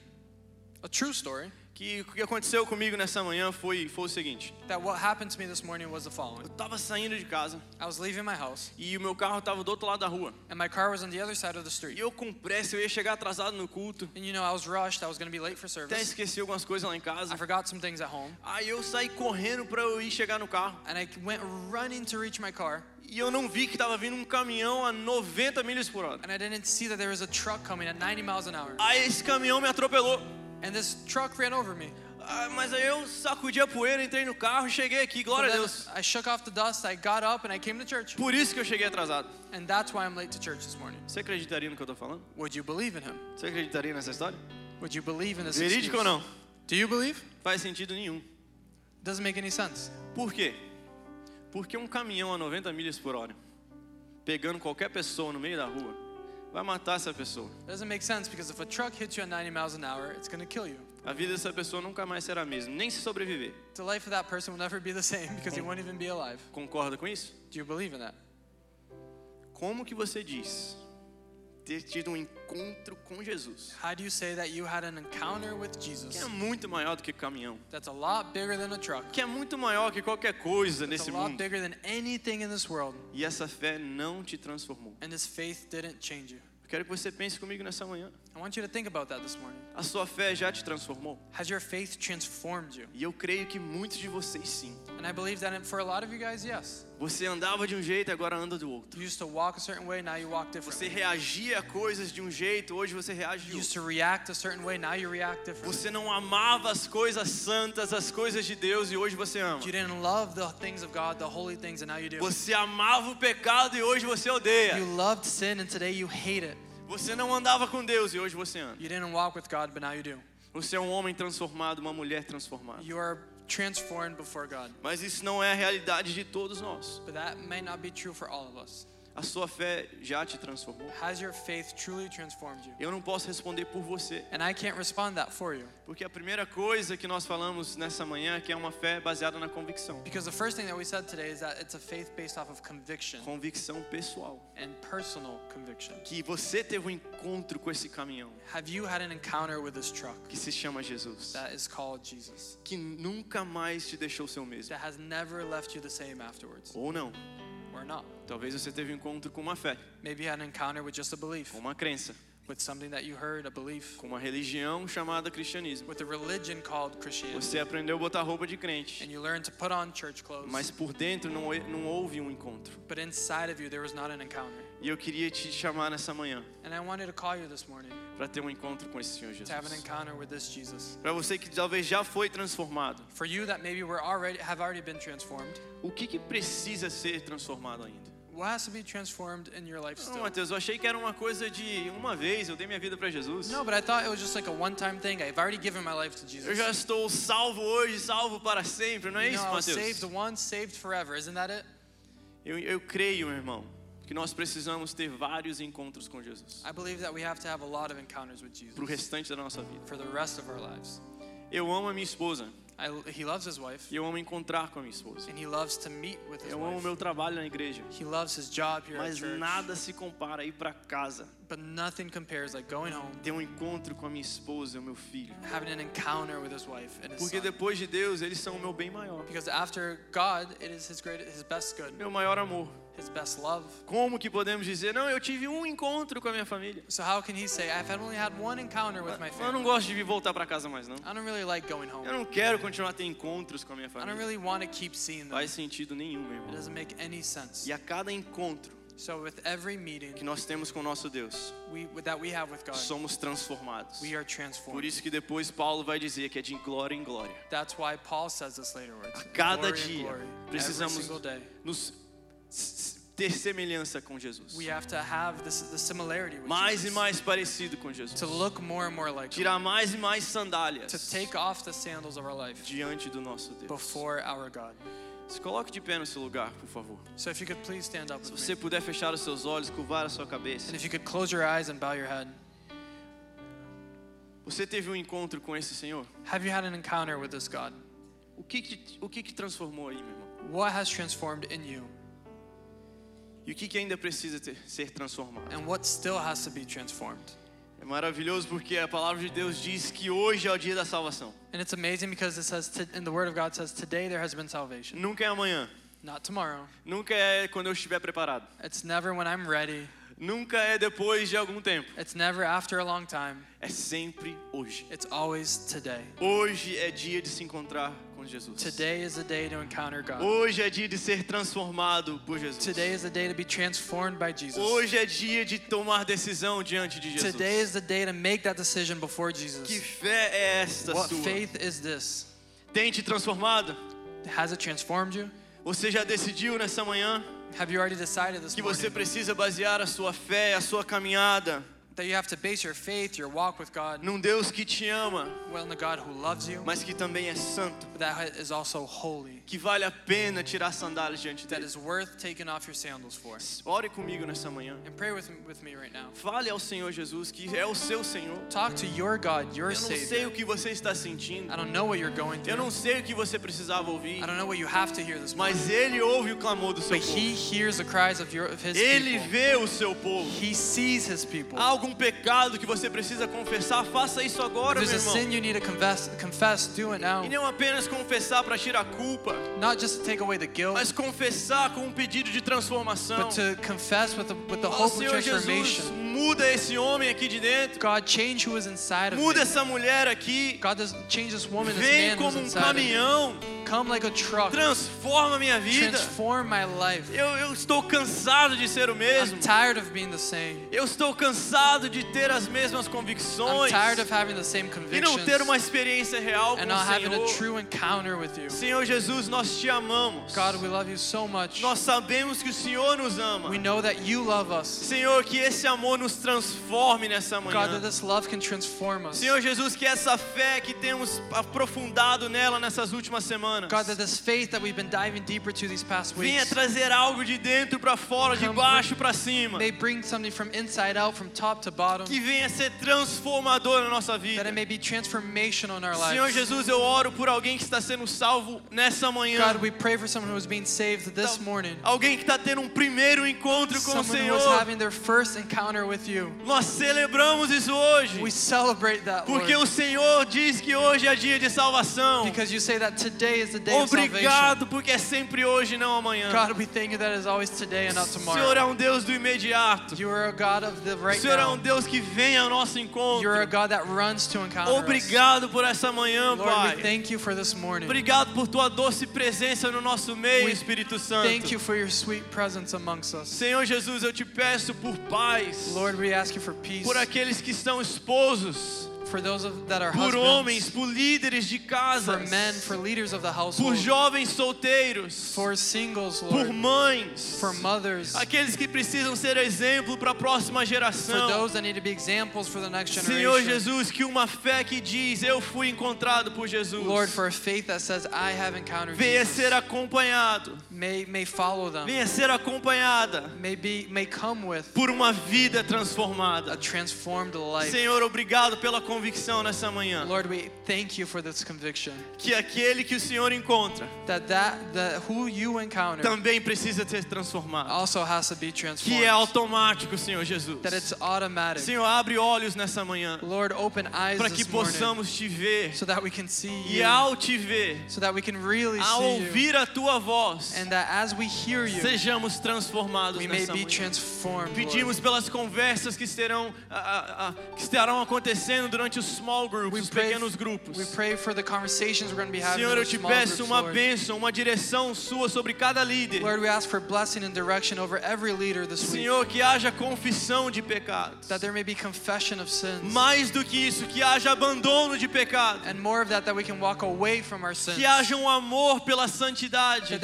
a true story, que o que aconteceu comigo nessa manhã foi, foi o seguinte: that what happened to me this morning was the following. eu estava saindo de casa I was leaving my house, e o meu carro estava do outro lado da rua. and my car was on the other side of the E street. eu com pressa, eu ia chegar atrasado no culto. And you know, I was rushed, I was going to be late for Até service. esqueci algumas coisas lá em casa. I forgot some things at home, Aí eu saí correndo para eu ir chegar no carro. and I went running to reach my car, E eu não vi que estava vindo um caminhão a noventa milhas por hora. and I didn't see that there was a truck coming at ninety miles an hour. Aí esse caminhão me atropelou. And this truck ran over me. Ah, mas aí eu sacudi a poeira, entrei no carro e cheguei aqui, glória a But Deus. then I shook off the dust, I got up, and I came to church. Por isso que eu cheguei atrasado. And that's why I'm late to church this morning. Você acreditaria no que eu estou falando? Would you believe in him? Você acreditaria nessa história? Would you believe in this Verídico ou excuse? não? Do you believe? Faz sentido nenhum. Doesn't make any sense. Por quê? Porque um caminhão a noventa milhas por hora, pegando qualquer pessoa no meio da rua, vai matar essa pessoa. It doesn't make sense because if a truck hits you at ninety miles an hour, it's going to kill you. A vida dessa pessoa nunca mais será a mesma, nem se sobreviver. The life of that person will never be the same because he won't even be alive. Concorda com isso? Do you believe in that? Como que você diz ter tido um encontro com Jesus, How do you say that you had an encounter with que Jesus é muito maior do que caminhão, that's a lot bigger than a truck? que é muito maior que qualquer coisa It's nesse a lot mundo, bigger than anything in this world. e essa fé não te transformou? And this faith didn't change you. Eu quero que você pense comigo nessa manhã. I want you to think about that this morning. A sua fé já te transformou? Has your faith transformed you? E eu creio que muitos de vocês sim. And I believe that for a lot of you guys, yes. Você andava de um jeito e agora anda do outro. You used to walk a certain way, now you walk Você differently. reagia a coisas de um jeito, hoje você reage de You used outro. to react a certain way, now you react differently. Você não amava as coisas santas, as coisas de Deus, e hoje você ama. You didn't love the things of God, the holy things, and now you do. Você amava o pecado e hoje você odeia. You loved sin, and today you hate it. Você não andava com Deus e hoje você anda. You didn't walk with God, but now you do. Você é um homem transformado, uma mulher transformada. You are transformed before God. Mas isso não é a realidade de todos nós. But that may not be true for all of us. A sua fé já te transformou? Has your faith truly transformed you? Eu não posso responder por você, And I can't respond that for you. porque a primeira coisa que nós falamos nessa manhã é que é uma fé baseada na convicção. Because the first thing that we said today is that it's a faith based off of conviction Convicção pessoal. and personal conviction. Que você teve um encontro com esse caminhão Have you had an encounter with this truck que se chama Jesus, that is called Jesus, que nunca mais te deixou ser o mesmo. that has never left you the same afterwards, Ou não. or not? Talvez você teve um encontro com uma fé, Maybe you had an encounter with just a belief, com uma crença, with something that you heard, a belief, com uma religião chamada cristianismo. with a religion called Christianity, Você aprendeu a botar roupa de crente, and you learned to put on church clothes, mas por dentro não, não houve um encontro. but inside of you there was not an encounter. E eu queria te chamar nessa manhã And I wanted to call you this morning para ter um encontro com esse Senhor to have an Jesus. encounter with this Jesus. Para você que talvez já foi transformado, For you that maybe were already have already been transformed, o que que precisa ser transformado ainda? what has to be transformed in your life Não, still? Mateus, eu achei que era uma coisa de uma vez, eu dei minha vida para Jesus. No, but I thought it was just like a one-time thing. I've already given my life to Jesus. Eu já estou salvo hoje, salvo para sempre, não é You isso, know, I was Mateus? saved once, saved forever. Isn't that it? Eu, eu creio, meu irmão, que nós precisamos ter vários encontros com Jesus I believe that we have to have a lot of encounters with para o Jesus restante da nossa vida. for the rest of our lives. Eu amo a minha esposa I, he loves his wife, e eu amo encontrar com a minha esposa. and he loves to meet with his Eu amo o wife. meu trabalho na igreja, He loves his job here at mas church. nada se compara a ir para casa, But nothing compares like going home, ter um encontro com a minha esposa e o meu filho. having an encounter with his wife and his Porque son. depois de Deus, eles são o meu bem maior, Because after God, it is his great, his best good, meu maior amor. his best love. Como que podemos dizer, não, eu tive um encontro com a minha família. So how can he say, I've only had one encounter with my Eu não family? gosto de vir voltar para casa mais, não. I don't really like going home. Eu não quero continuar a ter encontros com a minha I don't família. really want to keep seeing them. Faz sentido nenhum, meu It irmão. doesn't make any sense. E a cada encontro So with every meeting que nós temos com o nosso Deus, we, that we have with God, somos transformados. we are Por transformed. isso que depois Paulo vai dizer que é de glória em glória. That's why Paul says this later words. A cada Glory in dia glory, every precisamos single day. nos s- ter semelhança com Jesus. we have to have this, the similarity with Mais Jesus. e mais parecido com Jesus. To look more and more like him. Tirar mais e mais To sandálias take off the sandals of our life diante do nosso Deus. before our God. Se coloque de pé no seu lugar, por favor. So if you could please stand up Se with você me. puder fechar os seus olhos, curvar a sua cabeça. And if you could close your eyes and bow your head. Você teve um encontro com esse Senhor? Have you had an encounter with this God? O que que, o que, que transformou aí, meu irmão? What has transformed in you? E o que, que ainda precisa ter, ser transformado? And what still has to be transformed? É maravilhoso porque a palavra de Deus diz que hoje é o dia da salvação. And it's amazing because it says, to, in the Word of God it says, today there has been salvation. Nunca é amanhã. Not tomorrow. Nunca é quando eu estiver preparado. It's never when I'm ready. Nunca é depois de algum tempo. It's never after a long time. É sempre hoje. It's always today. Hoje é dia de se encontrar com Jesus. Today is the day to encounter God. Hoje é dia de ser transformado por Jesus. Today is the day to be transformed by Jesus. Hoje é dia de tomar decisão diante de Jesus. Today is the day to make that decision before Que Jesus. fé é esta What sua? faith is this? Tem te transformado? Has it transformed you? Você já decidiu nessa manhã Have you already decided this que você morning precisa basear a sua fé, a sua caminhada that you have to base your faith, your walk with God, num Deus que te ama, well, in the God who loves you, mas que também é santo, but that is also holy, que vale a pena tirar sandálias diante that dele. is worth taking off your sandals for? Ore comigo nessa manhã. And pray with me, with me right now. Fale ao Senhor Jesus que é o seu Senhor. Talk to your God, your Eu não sei Savior. o que você está sentindo. I don't know what you're going Eu through. não sei o que você precisava ouvir. I don't know what you have to hear this morning. Mas Ele ouve o clamor do seu But He povo. hears the cries of, your, of His Ele people. vê o seu povo. He sees His people. Há algum pecado que você precisa confessar? Faça isso If agora, meu there's a irmão. sin you need to confess, confess, do it now. E não apenas confessar para tirar a culpa, Not just to take away the guilt, mas confessar com um pedido de transformação. but to confess with the, with the Ó hope of Senhor Jesus, transformation. muda esse homem aqui de dentro. God, change who is inside of Muda me. essa mulher aqui. God, does change this woman, this Vem man who's como um inside of me. caminhão. Come like a truck. Transforma a minha vida. Transform my life. Eu, eu estou cansado de ser o mesmo. I'm tired of being the same. Eu estou cansado de ter as mesmas I'm convicções tired of having the same e não ter uma convictions experiência real com and o not having a Senhor. true encounter with you. Senhor Jesus, nós te amamos. God, we love you so much. Nós sabemos que o Senhor nos ama. We know that you love us. Senhor, que esse amor nos transforme nessa God, that manhã. this love can transform us. Senhor Jesus, que essa fé que temos aprofundado nela nessas últimas semanas God, that this faith that we've been diving deeper to these past venha weeks trazer algo de dentro para fora, de Come baixo para cima. may bring something from inside out, from top to bottom, Que venha ser transformador na nossa that vida. it may be transformational in our Senhor lives. Jesus, eu oro por alguém que está sendo salvo nessa manhã. God, we pray for someone who is being saved this morning. Alguém que está tendo um primeiro encontro com o Someone who is Senhor. having their first encounter with you. Nós celebramos isso hoje. We celebrate that, Porque Lord, o Senhor diz que hoje é dia de salvação. because you say that today is the day of salvation. Obrigado, porque é sempre hoje, não amanhã. God, we thank you that it is always today and not O Senhor tomorrow. é um Deus do imediato. You are a God of the O right Senhor é now. um Deus que vem ao nosso You are a encontro. God that runs to encounter us. Obrigado por essa manhã, Lord, we Pai. thank you for this morning. Obrigado por tua doce presença no nosso meio, We Espírito Santo. Thank you for your sweet presence amongst us. Senhor Jesus, eu te peço por paz, Lord, we ask you for peace por aqueles que estão esposos, for those of, that are por homens, husbands, por líderes de for casa, men, for leaders of the por household, jovens solteiros, for singles, por Lord, mães, for mothers, aqueles que precisam ser exemplo para a próxima for geração. those that need to be examples for the next Senhor generation. Jesus, que uma fé que diz eu fui encontrado por Jesus Lord, for a faith that says, I have encountered venha Jesus, ser acompanhado, may, may follow them, venha ser acompanhada may, be, may come with por uma vida a transformada. transformed life. Senhor, obrigado pela convicção nessa manhã. Lord, we thank you for this conviction Que aquele que o Senhor encontra that, that, that who you encounter também precisa ser transformado. also has to be Que é transformed, automático, Senhor Jesus. that it's automatic. Senhor, abre olhos nessa manhã Lord, open eyes para que this morning possamos te ver. so that we can see E you, ao te ver, so that we can really ao see you, ouvir a tua voz, and that as we hear you, sejamos transformados we may nessa be manhã. transformed, Lord. Pedimos pelas conversas que estarão, ah, ah, ah, que estarão acontecendo durante os small groups, We os pray, pequenos grupos. we pray for the conversations we're going to be having Senhor, in eu the te small peço groups, uma Lord. bênção, uma direção sua sobre cada líder. Lord, we ask for blessing and direction over every leader this week, Senhor, que haja confissão de pecados. that there may be confession of sins, Mais do que isso, que haja abandono de pecado. and more of that, that we can walk away from our sins, Que haja um amor pela santidade. that there may be a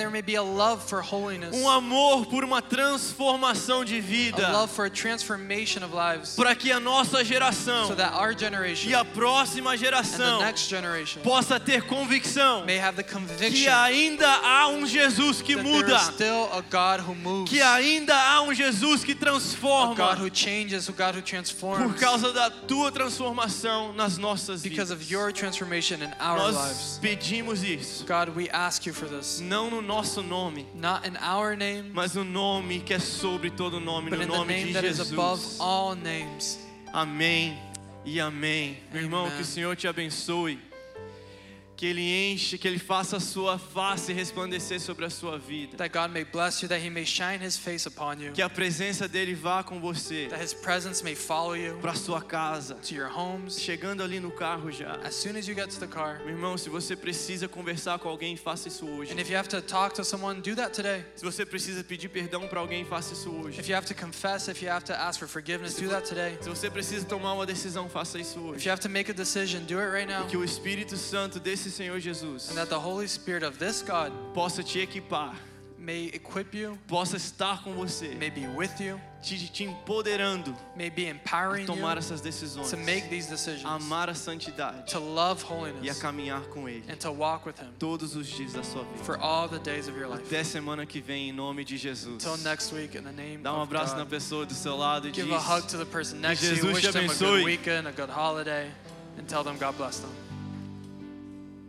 love for holiness, um amor por uma transformação de vida, a love for a transformation of lives, para que a nossa geração so that our generation e a próxima and geração the next generation possa ter convicção may have the que conviction ainda há um Jesus que that there muda, is still a God who moves, que ainda há um Jesus que a God transforma, who changes, a God who por transforms, causa da tua transformação nas nossas because of vidas. your transformation in our Nós lives. pedimos isso, God, we ask you for this, não no nosso nome, not in our name, mas no nome que é sobre todo nome, but no in the nome name de that is above Jesus. all names. Amém e amém. Meu irmão, Amen. que o Senhor te abençoe. Que Ele enche, que Ele faça a sua face resplandecer sobre a sua vida. That God may bless you, that He may shine His face upon you, Que a presença dEle vá com você that His presence may follow you para sua casa. to your homes. Chegando ali no carro já. As soon as you get to the car, Meu irmão, se você precisa conversar com alguém, faça isso hoje. and if you have to talk to someone, do that today. Se você precisa pedir perdão para alguém, faça isso hoje. If you have to confess, if you have to ask for forgiveness, do that today. Se você precisa tomar uma decisão, faça isso If hoje. you have to make a decision, do it right now. E que o Espírito Santo desse Senhor Jesus And that the Holy Spirit of this God possa te equipar, may equip you, possa estar com você, may be with you, te, te empoderando may be a empowering tomar you essas decisões, to make these decisions, a amar a santidade to love e a holiness, caminhar com Ele and to walk with Him todos os dias da sua vida. for all the days of your life. Até semana que vem, em nome de Jesus. Until next week, in the name Dá um of abraço na God. pessoa do seu lado e diz: Give a hug to the person next to you, Jesus wish te them a abençoe. good weekend, a good holiday, and tell them God bless them.